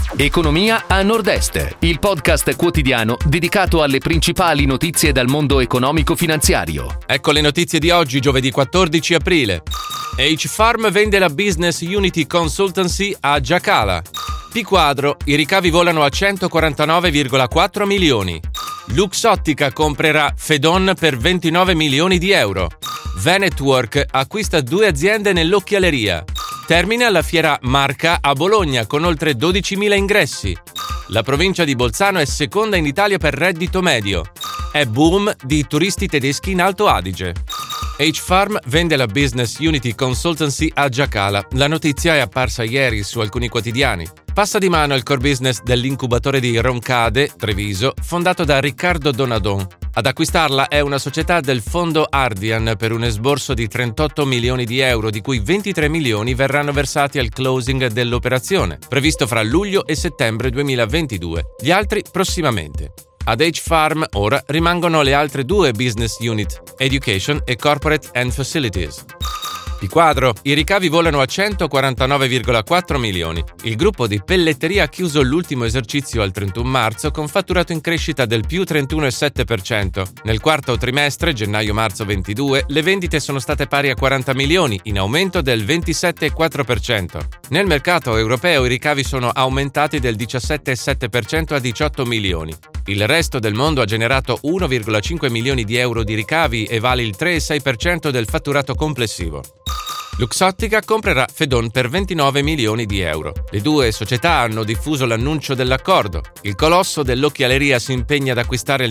Economia a Nord-Est, il podcast quotidiano dedicato alle principali notizie dal mondo economico-finanziario. Ecco le notizie di oggi, giovedì 14 aprile. H-Farm vende la Business Unity Consultancy a Giacala. P-Quadro, i ricavi volano a 149,4 milioni. Luxottica comprerà Fedon per 29 milioni di euro. Venetwork acquista 2 aziende nell'occhialeria. Termina la fiera Marca a Bologna con oltre 12.000 ingressi. La provincia di Bolzano è seconda in Italia per reddito medio. È boom di turisti tedeschi in Alto Adige. H-Farm vende la Business Unity Consultancy a Giacala. La notizia è apparsa ieri su alcuni quotidiani. Passa di mano il core business dell'incubatore di Roncade, Treviso, fondato da Riccardo Donadon. Ad acquistarla è una società del fondo Ardian per un esborso di 38 milioni di euro, di cui 23 milioni verranno versati al closing dell'operazione, previsto fra luglio e settembre 2022. Gli altri prossimamente. Ad H-Farm ora rimangono le altre 2 business unit, Education e Corporate and Facilities. P-Quadro, i ricavi volano a 149,4 milioni. Il gruppo di pelletteria ha chiuso l'ultimo esercizio al 31 marzo con fatturato in crescita del più 31,7%. Nel quarto trimestre, gennaio-marzo 22, le vendite sono state pari a 40 milioni, in aumento del 27,4%. Nel mercato europeo i ricavi sono aumentati del 17,7% a 18 milioni. Il resto del mondo ha generato 1,5 milioni di euro di ricavi e vale il 3,6% del fatturato complessivo. Luxottica comprerà Fedon per 29 milioni di euro. Le 2 società hanno diffuso l'annuncio dell'accordo. Il colosso dell'occhialeria si impegna ad acquistare il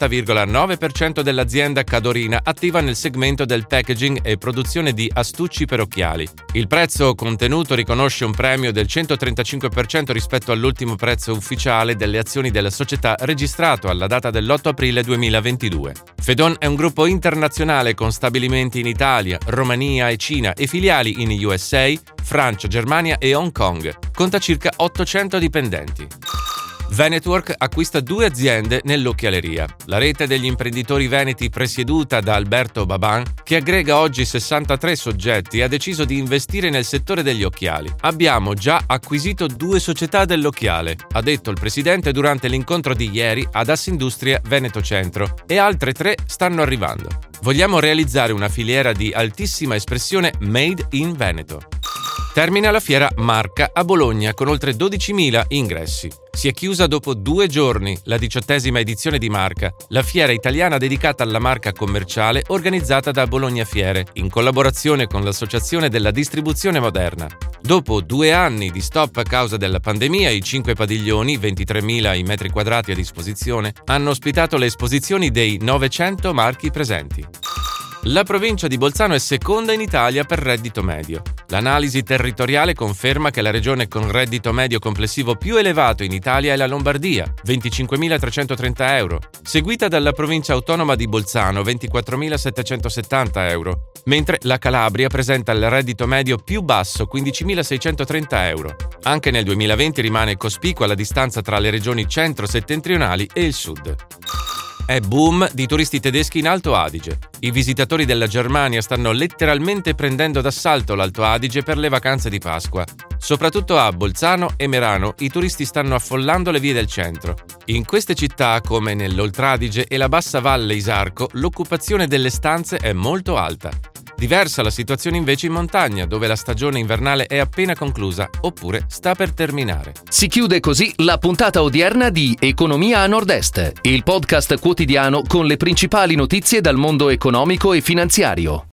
90,9% dell'azienda cadorina attiva nel segmento del packaging e produzione di astucci per occhiali. Il prezzo contenuto riconosce un premio del 135% rispetto all'ultimo prezzo ufficiale delle azioni della società registrato alla data dell'8 aprile 2022. Fedon è un gruppo internazionale con stabilimenti in Italia, Romania e Cina e filiali in USA, Francia, Germania e Hong Kong. Conta circa 800 dipendenti. Venetwork acquista 2 aziende nell'occhialeria. La rete degli imprenditori veneti presieduta da Alberto Baban, che aggrega oggi 63 soggetti, ha deciso di investire nel settore degli occhiali. Abbiamo già acquisito 2 società dell'occhiale, ha detto il presidente durante l'incontro di ieri ad Assindustria Veneto Centro, e altre 3 stanno arrivando. Vogliamo realizzare una filiera di altissima espressione Made in Veneto. Termina la fiera Marca a Bologna con oltre 12.000 ingressi. Si è chiusa dopo 2 giorni la 18ª edizione di Marca, la fiera italiana dedicata alla marca commerciale organizzata da Bologna Fiere, in collaborazione con l'Associazione della Distribuzione Moderna. Dopo 2 anni di stop a causa della pandemia, i 5 padiglioni, 23.000 i metri quadrati a disposizione, hanno ospitato le esposizioni dei 900 marchi presenti. La provincia di Bolzano è seconda in Italia per reddito medio. L'analisi territoriale conferma che la regione con reddito medio complessivo più elevato in Italia è la Lombardia, 25.330 euro, seguita dalla provincia autonoma di Bolzano, 24.770 euro, mentre la Calabria presenta il reddito medio più basso, 15.630 euro. Anche nel 2020 rimane cospicua la distanza tra le regioni centro-settentrionali e il sud. È boom di turisti tedeschi in Alto Adige. I visitatori della Germania stanno letteralmente prendendo d'assalto l'Alto Adige per le vacanze di Pasqua. Soprattutto a Bolzano e Merano i turisti stanno affollando le vie del centro. In queste città, come nell'Oltradige e la bassa valle Isarco, l'occupazione delle stanze è molto alta. Diversa la situazione invece in montagna, dove la stagione invernale è appena conclusa, oppure sta per terminare. Si chiude così la puntata odierna di Economia a Nord-Est, il podcast quotidiano con le principali notizie dal mondo economico e finanziario.